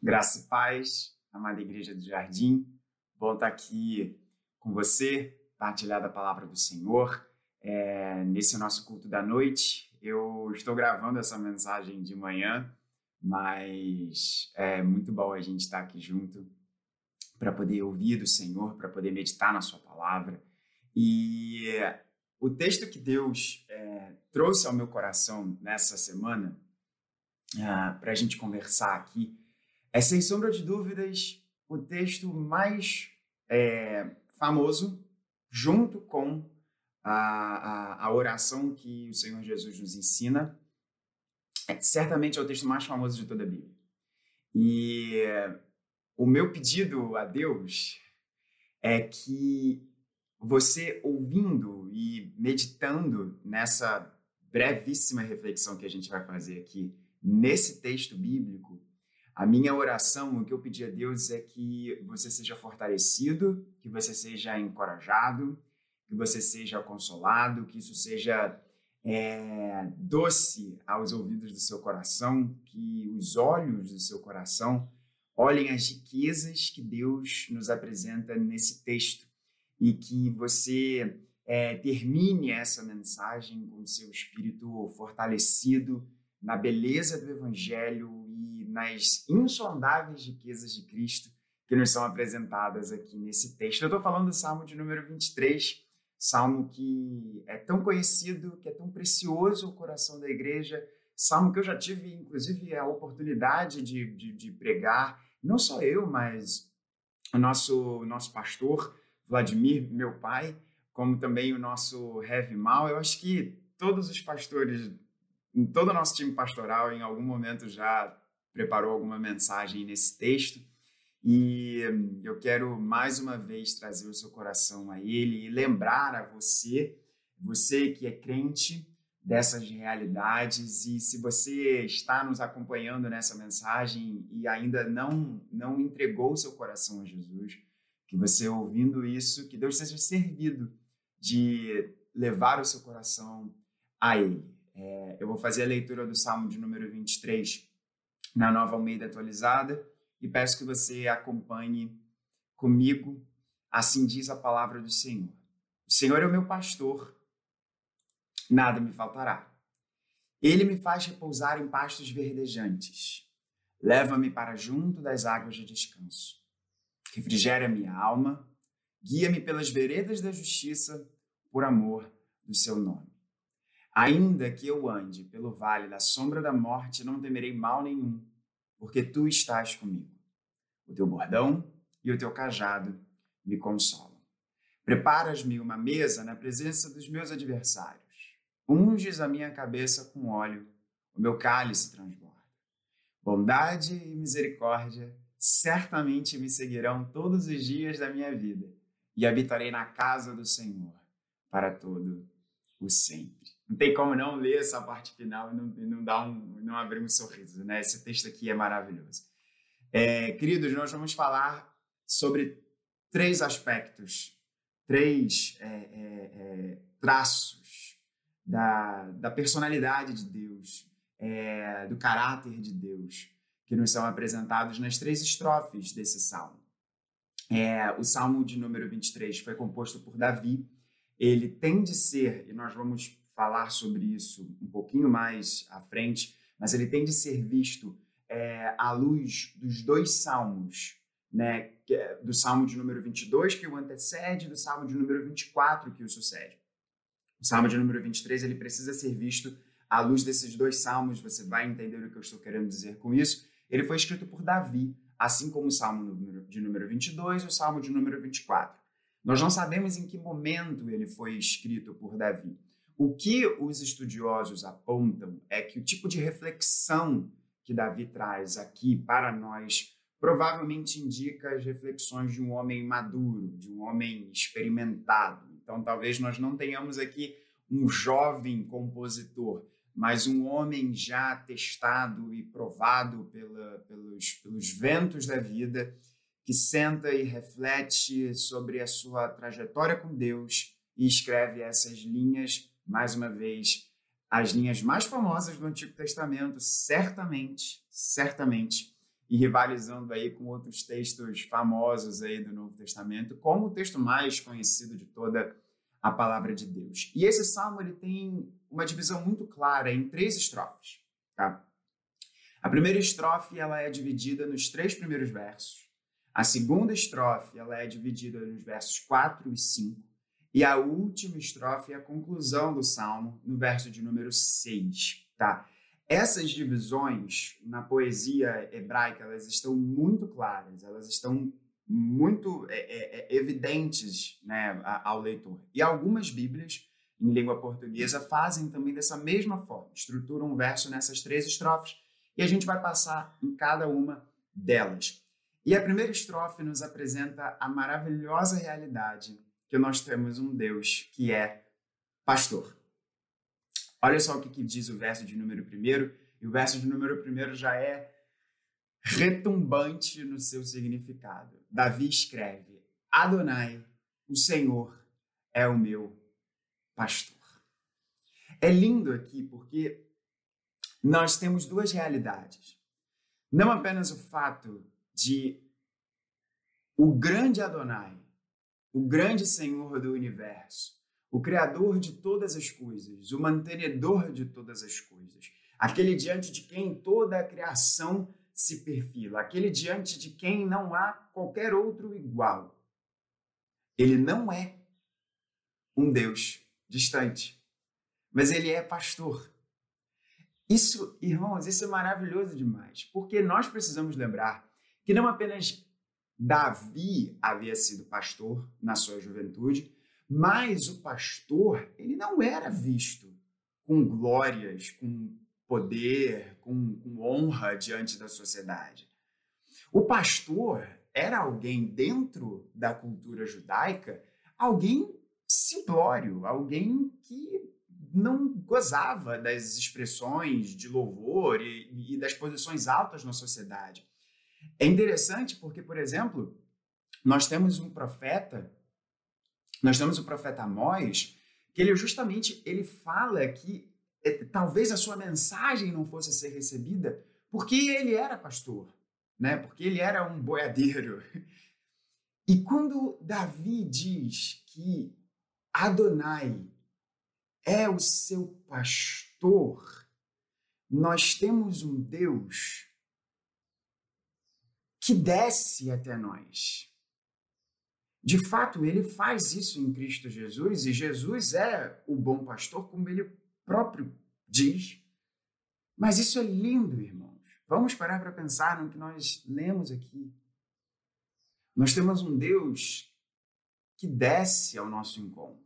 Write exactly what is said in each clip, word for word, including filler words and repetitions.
Graça e paz, amada Igreja do Jardim. Bom estar aqui com você, partilhar da palavra do Senhor. É, nesse nosso culto da noite, eu estou gravando essa mensagem de manhã, mas é muito bom a gente estar aqui junto para poder ouvir do Senhor, para poder meditar na sua palavra. E o texto que Deus é, trouxe ao meu coração nessa semana, ah, para a gente conversar aqui, é, sem sombra de dúvidas, o texto mais é, famoso, junto com a, a, a oração que o Senhor Jesus nos ensina. É, certamente é o texto mais famoso de toda a Bíblia. E é, o meu pedido a Deus é que você, ouvindo e meditando nessa brevíssima reflexão que a gente vai fazer aqui, nesse texto bíblico, a minha oração, o que eu pedi a Deus é que você seja fortalecido, que você seja encorajado, que você seja consolado, que isso seja é, doce aos ouvidos do seu coração, que os olhos do seu coração olhem as riquezas que Deus nos apresenta nesse texto e que você é, termine essa mensagem com o seu espírito fortalecido na beleza do Evangelho e nas insondáveis riquezas de Cristo que nos são apresentadas aqui nesse texto. Eu estou falando do Salmo de número vinte e três, Salmo que é tão conhecido, que é tão precioso ao coração da igreja, Salmo que eu já tive, inclusive, a oportunidade de, de, de pregar, não só eu, mas o nosso, nosso pastor, Vladimir, meu pai, como também o nosso Heavy Mal. Eu acho que todos os pastores, todo o nosso time pastoral, em algum momento já preparou alguma mensagem nesse texto. E eu quero mais uma vez trazer o seu coração a ele e lembrar a você, você que é crente, dessas realidades. E se você está nos acompanhando nessa mensagem e ainda não, não entregou o seu coração a Jesus, que você, ouvindo isso, que Deus seja servido de levar o seu coração a ele. É, eu vou fazer a leitura do Salmo de número vinte e três na Nova Almeida Atualizada e peço que você acompanhe comigo. Assim diz a palavra do Senhor. O Senhor é o meu pastor, nada me faltará. Ele me faz repousar em pastos verdejantes. Leva-me para junto das águas de descanso. Refrigera minha alma. Guia-me pelas veredas da justiça, por amor do seu nome. Ainda que eu ande pelo vale da sombra da morte, não temerei mal nenhum, porque tu estás comigo. O teu bordão e o teu cajado me consolam. Preparas-me uma mesa na presença dos meus adversários. Unges a minha cabeça com óleo, o meu cálice transborda. Bondade e misericórdia certamente me seguirão todos os dias da minha vida, e habitarei na casa do Senhor para todo o sempre. Não tem como não ler essa parte final e não, não, dar um, não abrir um sorriso, né? Esse texto aqui é maravilhoso. É, queridos, nós vamos falar sobre três aspectos, três é, é, é, traços da, da personalidade de Deus, é, do caráter de Deus, que nos são apresentados nas três estrofes desse salmo. É, o Salmo de número vinte e três foi composto por Davi. Ele tem de ser, e nós vamos falar sobre isso um pouquinho mais à frente, mas ele tem de ser visto é, à luz dos dois salmos, né? Do Salmo de número vinte e dois, que o antecede, e do Salmo de número vinte e quatro, que o sucede. O Salmo de número vinte e três ele precisa ser visto à luz desses dois salmos. Você vai entender o que eu estou querendo dizer com isso. Ele foi escrito por Davi, assim como o Salmo de número vinte e dois e o Salmo de número vinte e quatro. Nós não sabemos em que momento ele foi escrito por Davi. O que os estudiosos apontam é que o tipo de reflexão que Davi traz aqui para nós provavelmente indica as reflexões de um homem maduro, de um homem experimentado. Então, talvez nós não tenhamos aqui um jovem compositor, mas um homem já testado e provado pela, pelos, pelos ventos da vida, que senta e reflete sobre a sua trajetória com Deus e escreve essas linhas, mais uma vez, as linhas mais famosas do Antigo Testamento, certamente, certamente, e rivalizando aí com outros textos famosos aí do Novo Testamento, como o texto mais conhecido de toda a palavra de Deus. E esse salmo ele tem uma divisão muito clara em três estrofes, tá? A primeira estrofe ela é dividida nos três primeiros versos. A segunda estrofe ela é dividida nos versos quatro e cinco. E a última estrofe é a conclusão do salmo, no verso de número seis. Tá? Essas divisões na poesia hebraica elas estão muito claras, elas estão muito é, é, evidentes, né, ao leitor. E algumas bíblias em língua portuguesa fazem também dessa mesma forma, estruturam um verso nessas três estrofes, e a gente vai passar em cada uma delas. E a primeira estrofe nos apresenta a maravilhosa realidade que nós temos um Deus que é pastor. Olha só o que, que diz o verso de número primeiro, e o verso de número primeiro já é retumbante no seu significado. Davi escreve: Adonai, o Senhor, é o meu pastor. É lindo aqui porque nós temos duas realidades. Não apenas o fato de o grande Adonai, o grande Senhor do universo, o Criador de todas as coisas, o mantenedor de todas as coisas, aquele diante de quem toda a criação se perfila, aquele diante de quem não há qualquer outro igual. Ele não é um Deus distante, mas ele é pastor. Isso, irmãos, isso é maravilhoso demais, porque nós precisamos lembrar que não apenas Davi havia sido pastor na sua juventude, mas o pastor, ele não era visto com glórias, com poder, com, com honra diante da sociedade. O pastor era alguém dentro da cultura judaica, alguém simplório, alguém que não gozava das expressões de louvor e, e das posições altas na sociedade. É interessante porque, por exemplo, nós temos um profeta, nós temos o profeta Amós, que ele justamente ele fala que eh, talvez a sua mensagem não fosse ser recebida porque ele era pastor, né? Porque ele era um boiadeiro. E quando Davi diz que Adonai é o seu pastor, nós temos um Deus que desce até nós. De fato, ele faz isso em Cristo Jesus, e Jesus é o bom pastor, como ele próprio diz. Mas isso é lindo, irmãos. Vamos parar para pensar no que nós lemos aqui. Nós temos um Deus que desce ao nosso encontro.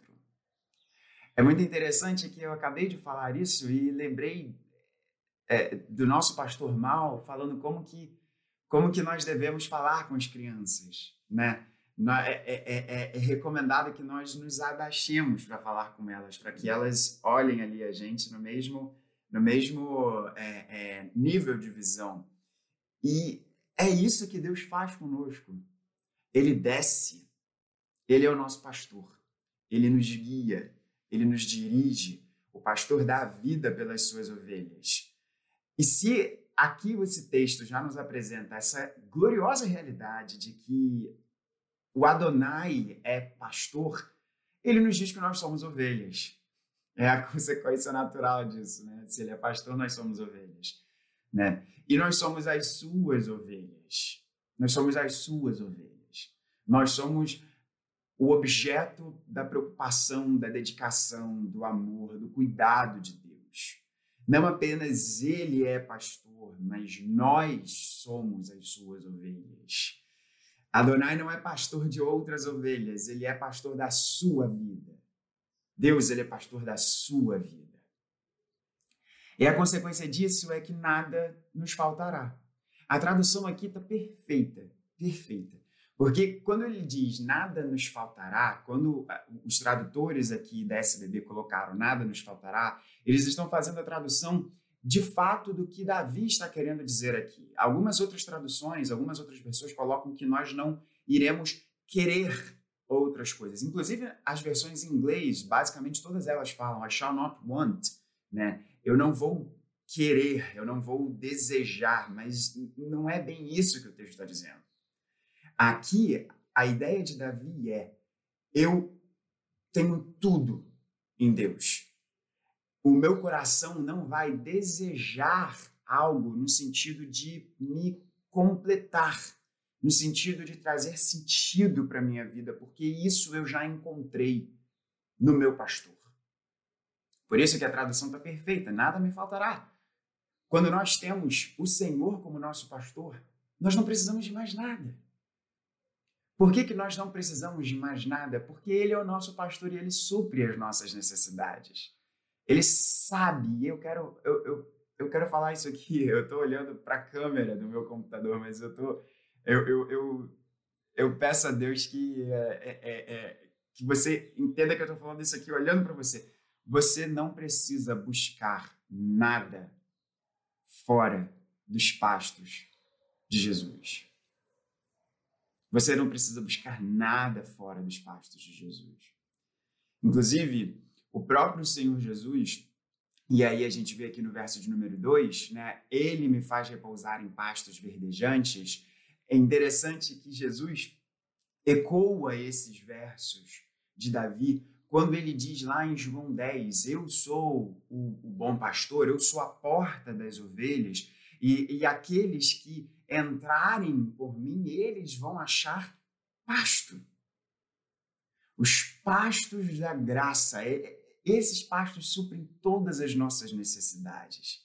É muito interessante que eu acabei de falar isso e lembrei é, do nosso pastor Mal falando como que, como que nós devemos falar com as crianças, né? É, é, é, é recomendado que nós nos abaixemos para falar com elas, para que elas olhem ali a gente no mesmo, no mesmo é, é, nível de visão. E é isso que Deus faz conosco. Ele desce, ele é o nosso pastor, ele nos guia, ele nos dirige, o pastor dá a vida pelas suas ovelhas. E se aqui esse texto já nos apresenta essa gloriosa realidade de que o Adonai é pastor, ele nos diz que nós somos ovelhas. É a consequência natural disso, né? Se ele é pastor, nós somos ovelhas, né? E nós somos as suas ovelhas. Nós somos as suas ovelhas. Nós somos o objeto da preocupação, da dedicação, do amor, do cuidado de Deus. Não apenas ele é pastor, mas nós somos as suas ovelhas. Adonai não é pastor de outras ovelhas, ele é pastor da sua vida. Deus, ele é pastor da sua vida. E a consequência disso é que nada nos faltará. A tradução aqui está perfeita, perfeita. Porque quando ele diz nada nos faltará, quando os tradutores aqui da S B B colocaram nada nos faltará, eles estão fazendo a tradução de fato do que Davi está querendo dizer aqui. Algumas outras traduções, algumas outras versões colocam que nós não iremos querer outras coisas. Inclusive, as versões em inglês, basicamente todas elas falam I shall not want, né? Eu não vou querer, eu não vou desejar, mas não é bem isso que o texto está dizendo. Aqui, a ideia de Davi é: eu tenho tudo em Deus. O meu coração não vai desejar algo no sentido de me completar, no sentido de trazer sentido para a minha vida, porque isso eu já encontrei no meu pastor. Por isso que a tradução está perfeita: nada me faltará. Quando nós temos o Senhor como nosso pastor, nós não precisamos de mais nada. Por que que nós não precisamos de mais nada? Porque Ele é o nosso pastor e Ele supre as nossas necessidades. Ele sabe, e eu quero, eu, eu, eu quero falar isso aqui, eu estou olhando para a câmera do meu computador, mas eu, tô, eu, eu, eu, eu peço a Deus que, é, é, é, que você entenda que eu estou falando isso aqui olhando para você. Você não precisa buscar nada fora dos pastos de Jesus. Você não precisa buscar nada fora dos pastos de Jesus. Inclusive, o próprio Senhor Jesus, e aí a gente vê aqui no verso de número dois, né? Ele me faz repousar em pastos verdejantes. É interessante que Jesus ecoa esses versos de Davi quando ele diz lá em João dez, eu sou o, o bom pastor, eu sou a porta das ovelhas, e, e aqueles que entrarem por mim, eles vão achar pasto. Os pastos da graça, esses pastos suprem todas as nossas necessidades.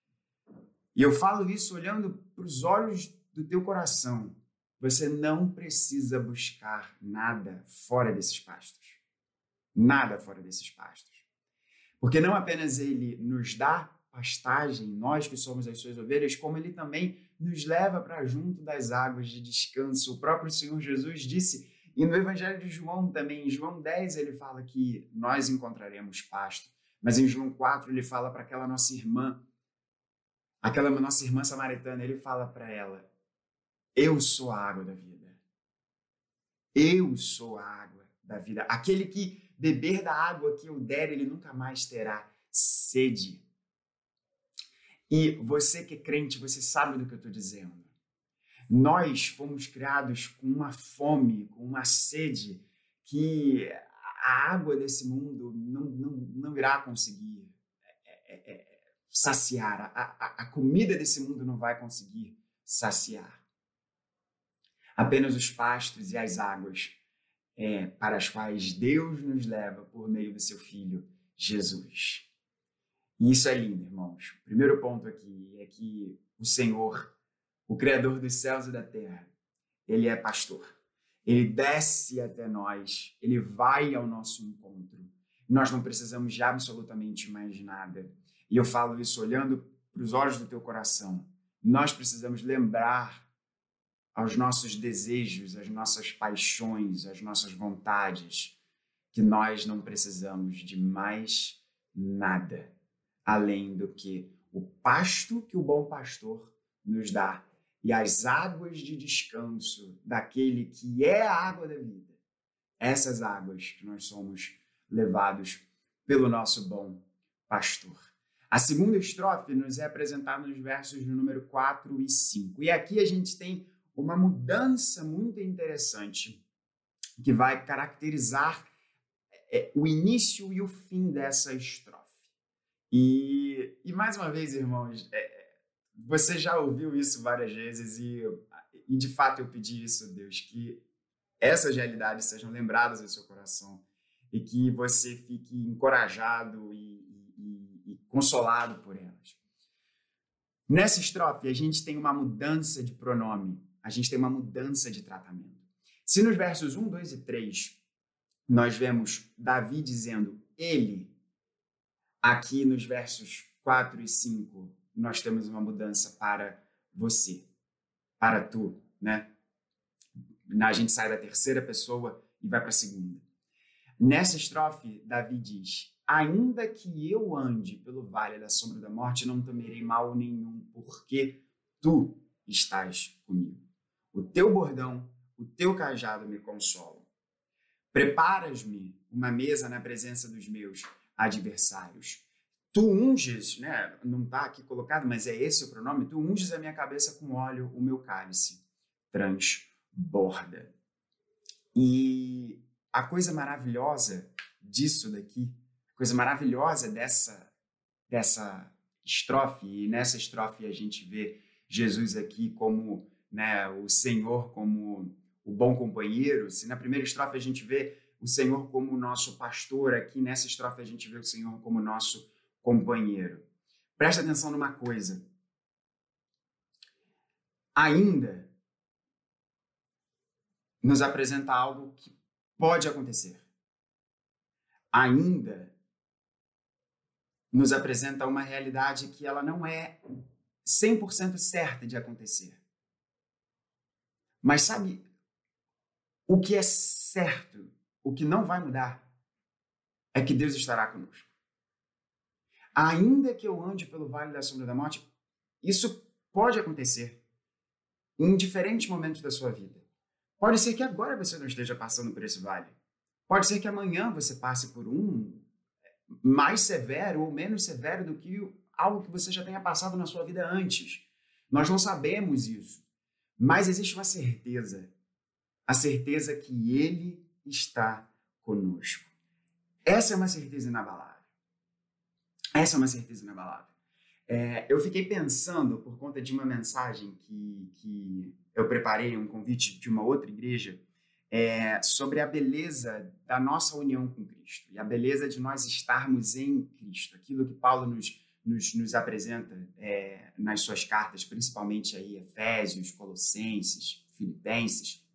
E eu falo isso olhando para os olhos do teu coração. Você não precisa buscar nada fora desses pastos. Nada fora desses pastos. Porque não apenas Ele nos dá pastagem, nós que somos as suas ovelhas, como Ele também nos leva para junto das águas de descanso. O próprio Senhor Jesus disse, e no Evangelho de João também, em João dez, ele fala que nós encontraremos pasto. Mas em João quatro, ele fala para aquela nossa irmã, aquela nossa irmã samaritana, ele fala para ela, eu sou a água da vida. Eu sou a água da vida. Aquele que beber da água que eu der, ele nunca mais terá sede. E você que é crente, você sabe do que eu estou dizendo. Nós fomos criados com uma fome, com uma sede que a água desse mundo não, não, não irá conseguir é, é, é, saciar. A, a, a comida desse mundo não vai conseguir saciar. Apenas os pastos e as águas é, para as quais Deus nos leva por meio do seu Filho, Jesus. E isso é lindo, irmãos. O primeiro ponto aqui é que o Senhor, o Criador dos céus e da terra, Ele é pastor. Ele desce até nós, Ele vai ao nosso encontro. Nós não precisamos de absolutamente mais nada. E eu falo isso olhando para os olhos do teu coração. Nós precisamos lembrar aos nossos desejos, às nossas paixões, às nossas vontades, que nós não precisamos de mais nada, além do que o pasto que o bom pastor nos dá e as águas de descanso daquele que é a água da vida. Essas águas que nós somos levados pelo nosso bom pastor. A segunda estrofe nos é apresentada nos versos de número quatro e cinco. E aqui a gente tem uma mudança muito interessante que vai caracterizar é, o início e o fim dessa estrofe. E, e mais uma vez, irmãos, é, você já ouviu isso várias vezes e, e de fato eu pedi isso a Deus, que essas realidades sejam lembradas no seu coração e que você fique encorajado e, e, e consolado por elas. Nessa estrofe, a gente tem uma mudança de pronome, a gente tem uma mudança de tratamento. Se nos versos um, dois e três, nós vemos Davi dizendo ele, aqui nos versos quatro e cinco, nós temos uma mudança para você, para tu, né? A gente sai da terceira pessoa e vai para a segunda. Nessa estrofe, Davi diz, ainda que eu ande pelo vale da sombra da morte, não temerei mal nenhum, porque tu estás comigo. O teu bordão, o teu cajado me consolam. Preparas-me uma mesa na presença dos meus adversários. tu unges, né? Não está aqui colocado, mas é esse o pronome, tu unges a minha cabeça com óleo, o meu cálice transborda. E a coisa maravilhosa disso daqui, a coisa maravilhosa dessa, dessa estrofe, e nessa estrofe a gente vê Jesus aqui como, né, o Senhor como o bom companheiro. Se na primeira estrofe a gente vê o Senhor como o nosso pastor, aqui nessa estrofe a gente vê o Senhor como o nosso companheiro. Presta atenção numa coisa. Ainda nos apresenta algo que pode acontecer. Ainda nos apresenta uma realidade que ela não é cem por cento certa de acontecer. Mas sabe o que é certo, o que não vai mudar, é que Deus estará conosco. Ainda que eu ande pelo vale da sombra da morte, isso pode acontecer em diferentes momentos da sua vida. Pode ser que agora você não esteja passando por esse vale. Pode ser que amanhã você passe por um mais severo ou menos severo do que algo que você já tenha passado na sua vida antes. Nós não sabemos isso. Mas existe uma certeza. A certeza que Ele está conosco. Essa é uma certeza inabalável. Essa é uma certeza inabalável. É, eu fiquei pensando, por conta de uma mensagem que, que eu preparei, um convite de uma outra igreja, é, sobre a beleza da nossa união com Cristo e a beleza de nós estarmos em Cristo. Aquilo que Paulo nos, nos, nos apresenta é, nas suas cartas, principalmente aí Efésios, Colossenses, Filipenses.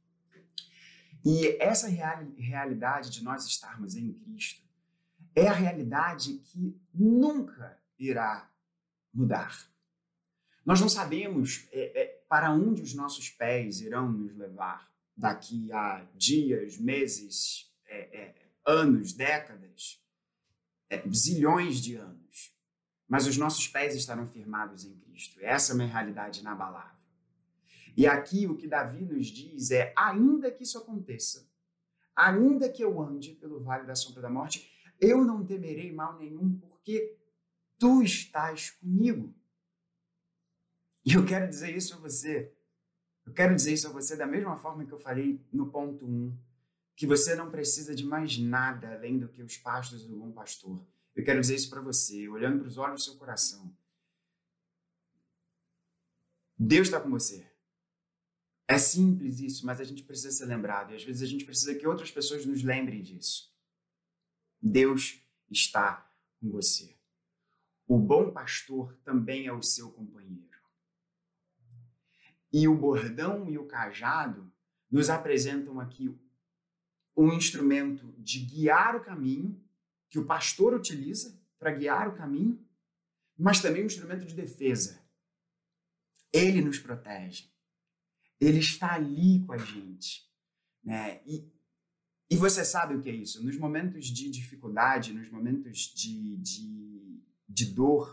E essa real, realidade de nós estarmos em Cristo é a realidade que nunca irá mudar. Nós não sabemos é, é, para onde os nossos pés irão nos levar daqui a dias, meses, é, é, anos, décadas, é, zilhões de anos. Mas os nossos pés estarão firmados em Cristo. Essa é uma realidade inabalável. E aqui o que Davi nos diz é, ainda que isso aconteça, ainda que eu ande pelo vale da sombra da morte, eu não temerei mal nenhum, porque tu estás comigo. E eu quero dizer isso a você. Eu quero dizer isso a você da mesma forma que eu falei no ponto um, que você não precisa de mais nada além do que os pastos do bom pastor. Eu quero dizer isso para você, olhando para os olhos do seu coração. Deus está com você. É simples isso, mas a gente precisa ser lembrado. E às vezes a gente precisa que outras pessoas nos lembrem disso. Deus está com você. O bom pastor também é o seu companheiro. E o bordão e o cajado nos apresentam aqui um instrumento de guiar o caminho, que o pastor utiliza para guiar o caminho, mas também um instrumento de defesa. Ele nos protege. Ele está ali com a gente. Né? E, e você sabe o que é isso? Nos momentos de dificuldade, nos momentos de, de, de dor,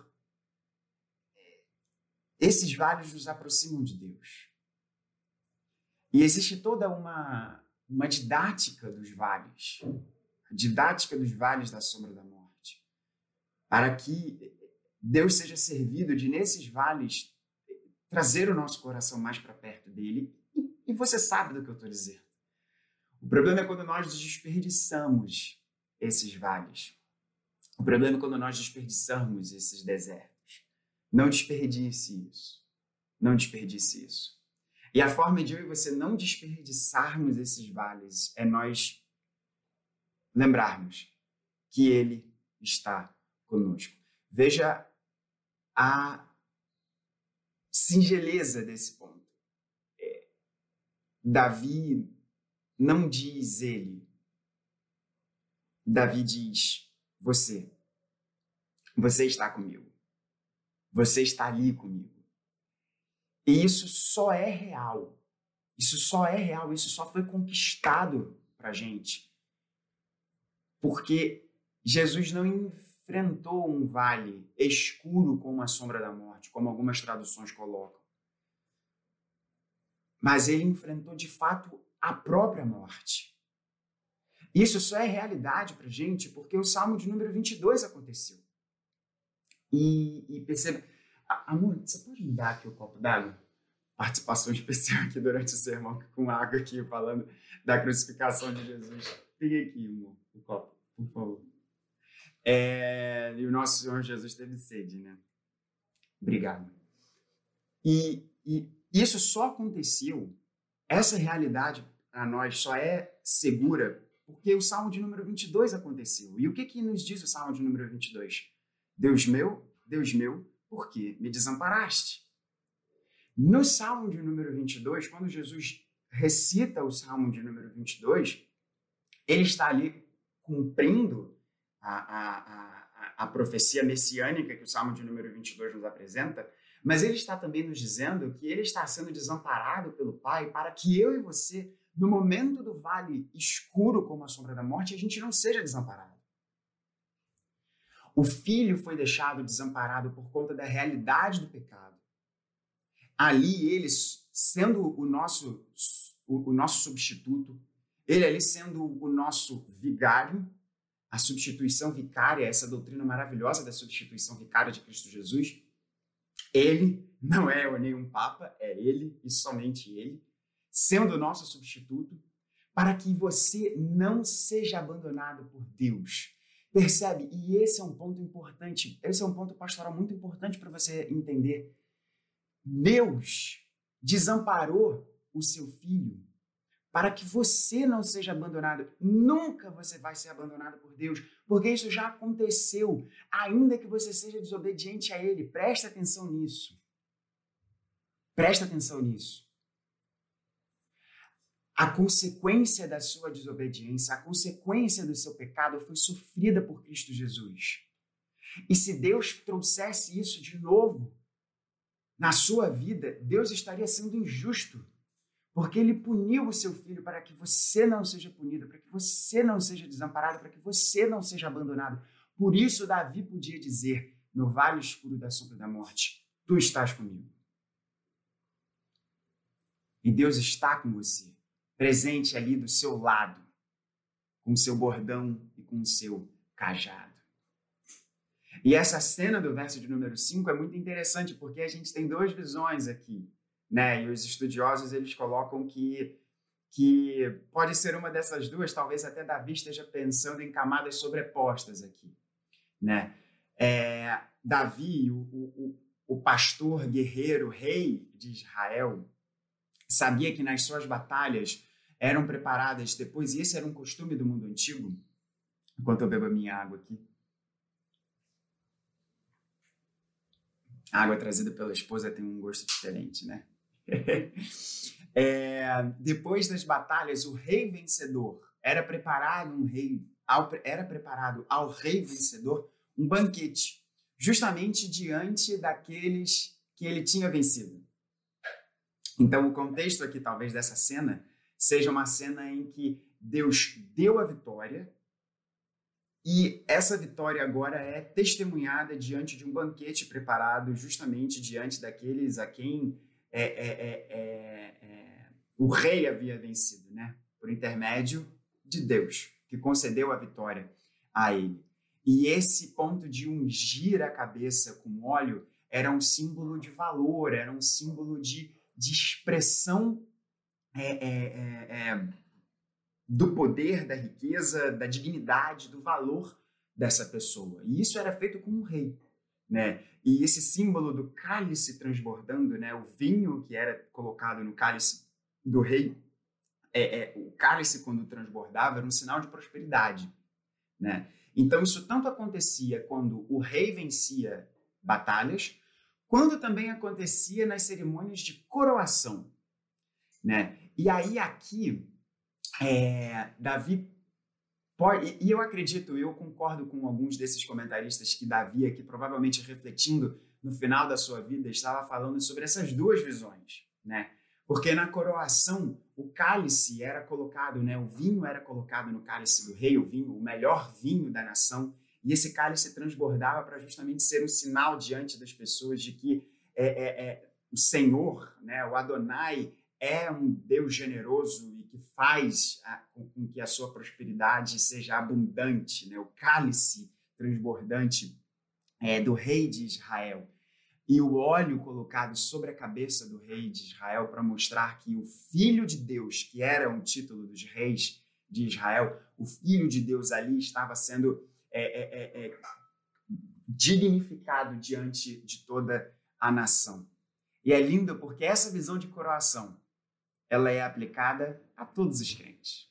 esses vales nos aproximam de Deus. E existe toda uma, uma didática dos vales, a didática dos vales da sombra da morte, para que Deus seja servido de, nesses vales, trazer o nosso coração mais para perto dele. E, e você sabe do que eu estou dizendo. O problema é quando nós desperdiçamos esses vales. O problema é quando nós desperdiçamos esses desertos. Não desperdice isso. Não desperdice isso. E a forma de eu e você não desperdiçarmos esses vales é nós lembrarmos que Ele está conosco. Veja a singeleza desse ponto. É, Davi não diz ele. Davi diz você. Você está comigo. Você está ali comigo. E isso só é real. Isso só é real. Isso só foi conquistado para a gente. Porque Jesus não enfrentou um vale escuro como a sombra da morte, como algumas traduções colocam. Mas ele enfrentou, de fato, a própria morte. Isso só é realidade para a gente porque o Salmo de número vinte e dois aconteceu. E, e perceba... A- Amor, você pode me dar aqui o copo d'água? Participação especial aqui durante o sermão, com água aqui, falando da crucificação de Jesus. Pegue aqui, amor, o copo, por favor. É, e o nosso Senhor Jesus teve sede, né? Obrigado. E, e isso só aconteceu, essa realidade para nós só é segura porque o Salmo de número vinte e dois aconteceu. E o que, que nos diz o Salmo de número vinte e dois? Deus meu, Deus meu, por que me desamparaste? No Salmo de número vinte e dois, quando Jesus recita o Salmo de número vinte e dois, ele está ali cumprindo a, a, a, a profecia messiânica que o Salmo de número vinte e dois nos apresenta, mas ele está também nos dizendo que ele está sendo desamparado pelo Pai para que eu e você, no momento do vale escuro como a sombra da morte, a gente não seja desamparado. O Filho foi deixado desamparado por conta da realidade do pecado. Ali ele, sendo o nosso, o, o nosso substituto, ele ali sendo o nosso vigário, a substituição vicária, essa doutrina maravilhosa da substituição vicária de Cristo Jesus, ele não é nenhum papa, é ele e somente ele, sendo o nosso substituto, para que você não seja abandonado por Deus. Percebe? E esse é um ponto importante, esse é um ponto pastoral muito importante para você entender. Deus desamparou o seu filho para que você não seja abandonado. Nunca você vai ser abandonado por Deus, porque isso já aconteceu, ainda que você seja desobediente a Ele. Presta atenção nisso. Presta atenção nisso. A consequência da sua desobediência, a consequência do seu pecado foi sofrida por Cristo Jesus. E se Deus trouxesse isso de novo na sua vida, Deus estaria sendo injusto, porque ele puniu o seu filho para que você não seja punido, para que você não seja desamparado, para que você não seja abandonado. Por isso, Davi podia dizer, no vale escuro da sombra da morte, tu estás comigo. E Deus está com você, presente ali do seu lado, com o seu bordão e com o seu cajado. E essa cena do verso de número cinco é muito interessante, porque a gente tem duas visões aqui, né? E os estudiosos, eles colocam que, que pode ser uma dessas duas, talvez até Davi esteja pensando em camadas sobrepostas aqui, né? É, Davi, o, o, o pastor, guerreiro, rei de Israel, sabia que nas suas batalhas eram preparadas depois, e esse era um costume do mundo antigo, enquanto eu bebo a minha água aqui. A água trazida pela esposa tem um gosto diferente, né? é, depois das batalhas, o rei vencedor era preparado um rei, ao, era preparado ao rei vencedor um banquete, justamente diante daqueles que ele tinha vencido. Então, o contexto aqui, talvez, dessa cena seja uma cena em que Deus deu a vitória e essa vitória agora é testemunhada diante de um banquete preparado justamente diante daqueles a quem é, é, é, é, é, o rei havia vencido, né? Por intermédio de Deus, que concedeu a vitória a ele. E esse ponto de ungir a cabeça com óleo era um símbolo de valor, era um símbolo de, de expressão é, é, é, é, do poder, da riqueza, da dignidade, do valor dessa pessoa. E isso era feito com um rei, né? E esse símbolo do cálice transbordando, né? O vinho que era colocado no cálice do rei, é, é, o cálice quando transbordava era um sinal de prosperidade, né? Então isso tanto acontecia quando o rei vencia batalhas, quando também acontecia nas cerimônias de coroação, né? E aí aqui É, Davi pode, e eu acredito, eu concordo com alguns desses comentaristas que Davi aqui, provavelmente refletindo no final da sua vida, estava falando sobre essas duas visões, né? Porque na coroação, o cálice era colocado, né? O vinho era colocado no cálice do rei, o vinho, o melhor vinho da nação, e esse cálice transbordava para justamente ser um sinal diante das pessoas de que é, é, é, o Senhor, né? O Adonai, é um Deus generoso e que faz a, com, com que a sua prosperidade seja abundante, né? O cálice transbordante é, do rei de Israel. E o óleo colocado sobre a cabeça do rei de Israel para mostrar que o Filho de Deus, que era um título dos reis de Israel, o Filho de Deus ali estava sendo é, é, é, dignificado diante de toda a nação. E é lindo porque essa visão de coroação, ela é aplicada a todos os crentes.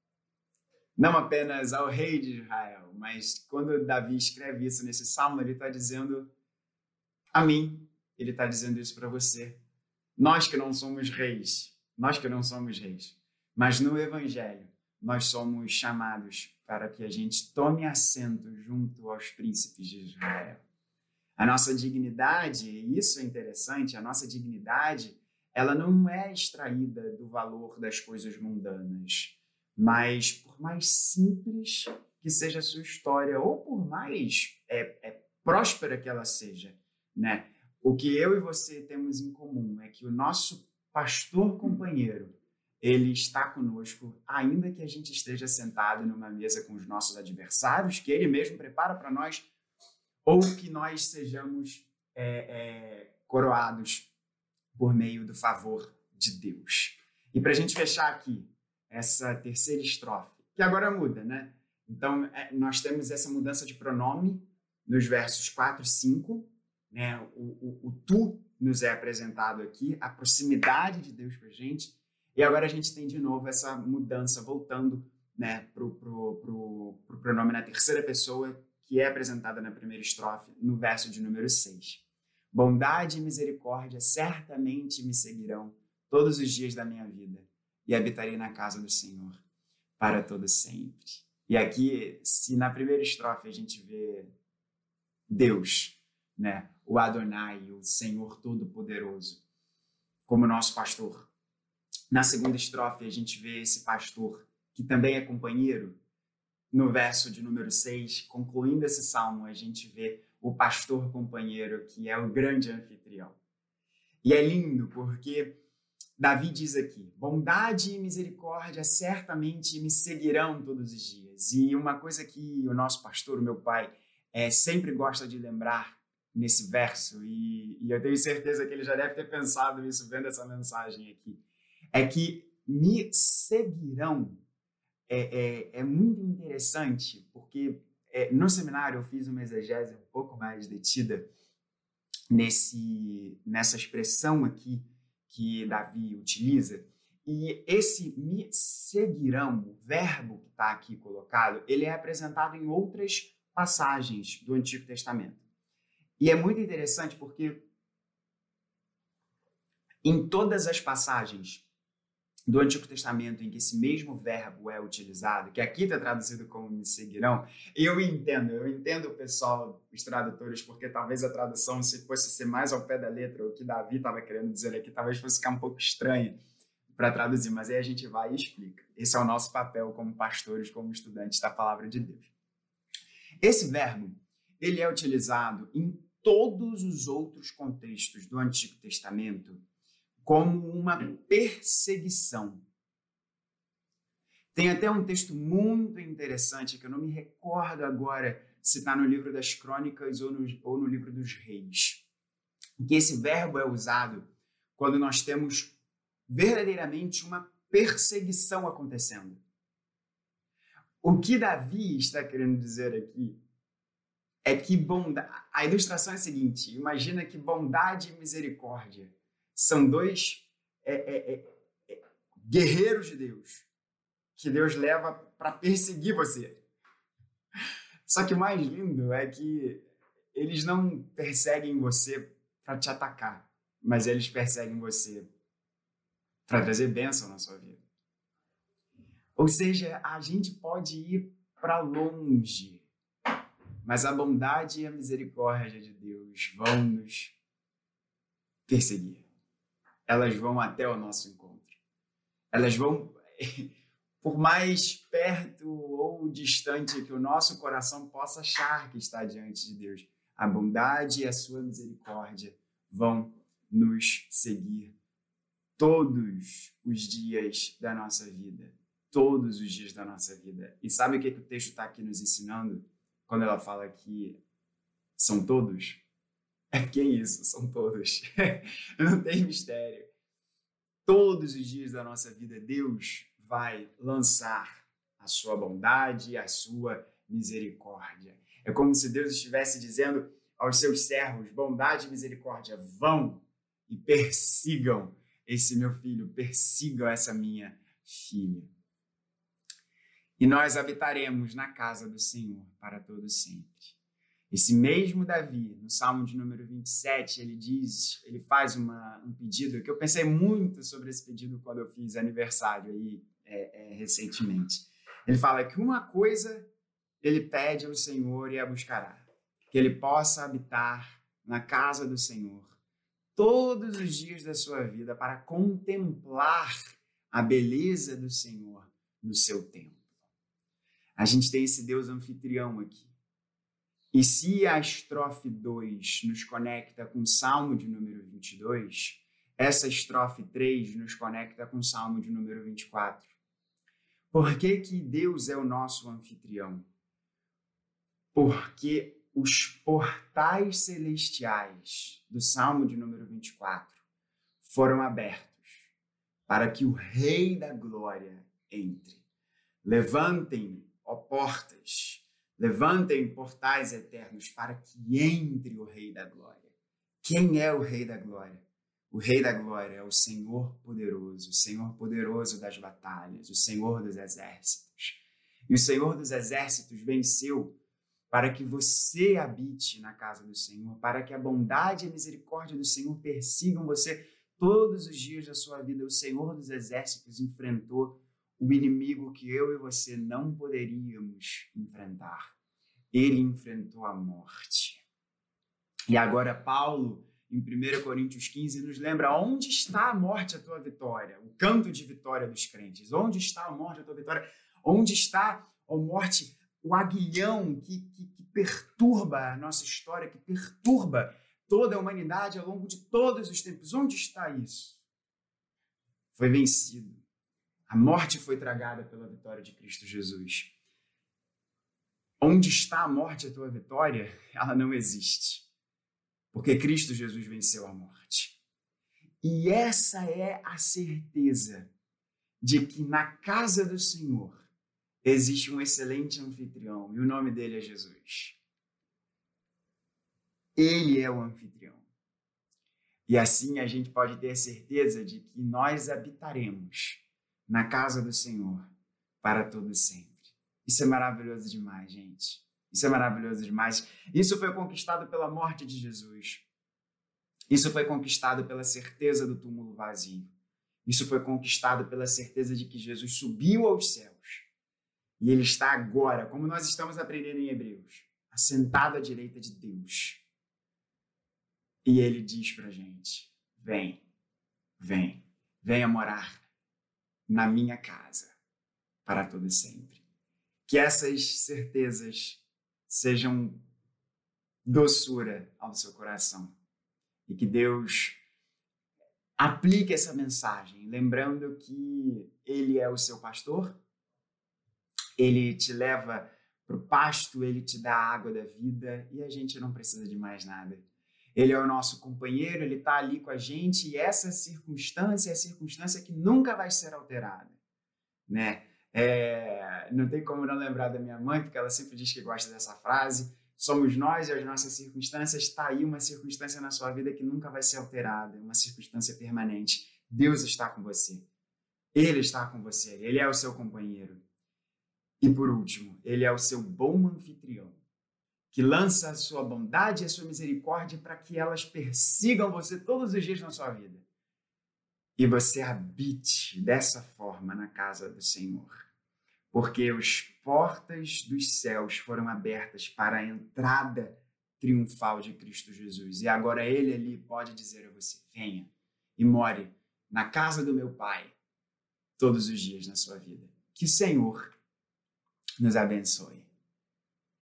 Não apenas ao rei de Israel, mas quando Davi escreve isso nesse salmo, ele está dizendo a mim, ele está dizendo isso para você. Nós que não somos reis, nós que não somos reis, mas no Evangelho nós somos chamados para que a gente tome assento junto aos príncipes de Israel. A nossa dignidade, e isso é interessante, a nossa dignidade, ela não é extraída do valor das coisas mundanas, mas por mais simples que seja a sua história, ou por mais é, é, próspera que ela seja, né? O que eu e você temos em comum é que o nosso pastor companheiro, ele está conosco, ainda que a gente esteja sentado numa mesa com os nossos adversários, que ele mesmo prepara para nós, ou que nós sejamos é, é, coroados por meio do favor de Deus. E para a gente fechar aqui essa terceira estrofe, que agora muda, né? Então, é, nós temos essa mudança de pronome nos versos quatro e cinco, né? O, o, o tu nos é apresentado aqui, a proximidade de Deus para a gente, e agora a gente tem de novo essa mudança, voltando, né, para o pro, pro, pro pronome na terceira pessoa, que é apresentada na primeira estrofe, no verso de número seis. Bondade e misericórdia certamente me seguirão todos os dias da minha vida, e habitarei na casa do Senhor para todo sempre. E aqui, se na primeira estrofe a gente vê Deus, né, o Adonai, o Senhor Todo-Poderoso, como nosso pastor, na segunda estrofe a gente vê esse pastor, que também é companheiro. No verso de número seis, concluindo esse salmo, a gente vê o pastor companheiro, que é o grande anfitrião. E é lindo porque Davi diz aqui, bondade e misericórdia certamente me seguirão todos os dias. E uma coisa que o nosso pastor, o meu pai, é, sempre gosta de lembrar nesse verso, e, e eu tenho certeza que ele já deve ter pensado nisso vendo essa mensagem aqui, é que me seguirão. É, é, é muito interessante, porque é, no seminário eu fiz uma exegese um pouco mais detida nesse, nessa expressão aqui que Davi utiliza, e esse me seguirão, o verbo que está aqui colocado, ele é apresentado em outras passagens do Antigo Testamento. E é muito interessante porque em todas as passagens do Antigo Testamento em que esse mesmo verbo é utilizado, que aqui está traduzido como me seguirão, eu entendo, eu entendo o pessoal, os tradutores, porque talvez a tradução, se fosse ser mais ao pé da letra, o que Davi estava querendo dizer aqui, talvez fosse ficar um pouco estranho para traduzir, mas aí a gente vai e explica. Esse é o nosso papel como pastores, como estudantes da palavra de Deus. Esse verbo, ele é utilizado em todos os outros contextos do Antigo Testamento como uma perseguição. Tem até um texto muito interessante, que eu não me recordo agora se está no livro das Crônicas ou no, ou no livro dos Reis, que esse verbo é usado quando nós temos verdadeiramente uma perseguição acontecendo. O que Davi está querendo dizer aqui é que bondade... A ilustração é a seguinte, imagina que bondade e misericórdia são dois é, é, é, é, guerreiros de Deus, que Deus leva para perseguir você. Só que o mais lindo é que eles não perseguem você para te atacar, mas eles perseguem você para trazer bênção na sua vida. Ou seja, a gente pode ir para longe, mas a bondade e a misericórdia de Deus vão nos perseguir. Elas vão até o nosso encontro. Elas vão, por mais perto ou distante que o nosso coração possa achar que está diante de Deus, a bondade e a sua misericórdia vão nos seguir todos os dias da nossa vida. Todos os dias da nossa vida. E sabe o que, que o texto está aqui nos ensinando? Quando ela fala que São todos? É que é isso, são todos. Não tem mistério. Todos os dias da nossa vida, Deus vai lançar a sua bondade, a sua misericórdia. É como se Deus estivesse dizendo aos seus servos: bondade e misericórdia, vão e persigam esse meu filho, persigam essa minha filha. E nós habitaremos na casa do Senhor para todo sempre. Esse mesmo Davi, no Salmo de número vinte e sete, ele diz, ele faz uma, um pedido, que eu pensei muito sobre esse pedido quando eu fiz aniversário aí, é, é, recentemente. Ele fala que uma coisa ele pede ao Senhor e a buscará, que ele possa habitar na casa do Senhor todos os dias da sua vida para contemplar a beleza do Senhor no seu templo. A gente tem esse Deus anfitrião aqui. E se a estrofe dois nos conecta com o Salmo de número vinte e dois, essa estrofe três nos conecta com o Salmo de número vinte e quatro. Por que que Deus é o nosso anfitrião? Porque os portais celestiais do Salmo de número vinte e quatro foram abertos para que o Rei da Glória entre. Levantem, ó portas, levantem portais eternos para que entre o Rei da Glória. Quem é o Rei da Glória? O Rei da Glória é o Senhor poderoso, o Senhor poderoso das batalhas, o Senhor dos exércitos. E o Senhor dos exércitos venceu para que você habite na casa do Senhor, para que a bondade e a misericórdia do Senhor persigam você todos os dias da sua vida. O Senhor dos exércitos enfrentou o inimigo que eu e você não poderíamos enfrentar. Ele enfrentou a morte. E agora Paulo, em primeira Coríntios quinze, nos lembra onde está a morte, a tua vitória, o canto de vitória dos crentes. Onde está a morte, a tua vitória? Onde está, ó morte, o aguilhão que, que, que perturba a nossa história, que perturba toda a humanidade ao longo de todos os tempos? Onde está isso? Foi vencido. A morte foi tragada pela vitória de Cristo Jesus. Onde está a morte, a tua vitória? Ela não existe. Porque Cristo Jesus venceu a morte. E essa é a certeza de que na casa do Senhor existe um excelente anfitrião, e o nome dele é Jesus. Ele é o anfitrião. E assim a gente pode ter certeza de que nós habitaremos na casa do Senhor para todo sempre. Isso é maravilhoso demais, gente. Isso é maravilhoso demais. Isso foi conquistado pela morte de Jesus. Isso foi conquistado pela certeza do túmulo vazio. Isso foi conquistado pela certeza de que Jesus subiu aos céus. E ele está agora, como nós estamos aprendendo em Hebreus, assentado à direita de Deus. E ele diz pra gente: vem, vem, venha morar na minha casa para todo sempre. Que essas certezas sejam doçura ao seu coração. E que Deus aplique essa mensagem, lembrando que Ele é o seu pastor, Ele te leva para o pasto, Ele te dá a água da vida e a gente não precisa de mais nada. Ele é o nosso companheiro, Ele está ali com a gente e essa circunstância é a circunstância que nunca vai ser alterada, né? É, não tem como não lembrar da minha mãe, porque ela sempre diz que gosta dessa frase: somos nós e as nossas circunstâncias. Está aí uma circunstância na sua vida que nunca vai ser alterada, uma circunstância permanente. Deus está com você. Ele está com você. Ele é o seu companheiro. E por último, Ele é o seu bom anfitrião, que lança a sua bondade e a sua misericórdia para que elas persigam você todos os dias na sua vida. E você habite dessa forma na casa do Senhor. Porque as portas dos céus foram abertas para a entrada triunfal de Cristo Jesus. E agora Ele ali pode dizer a você: venha e more na casa do meu Pai todos os dias na sua vida. Que o Senhor nos abençoe.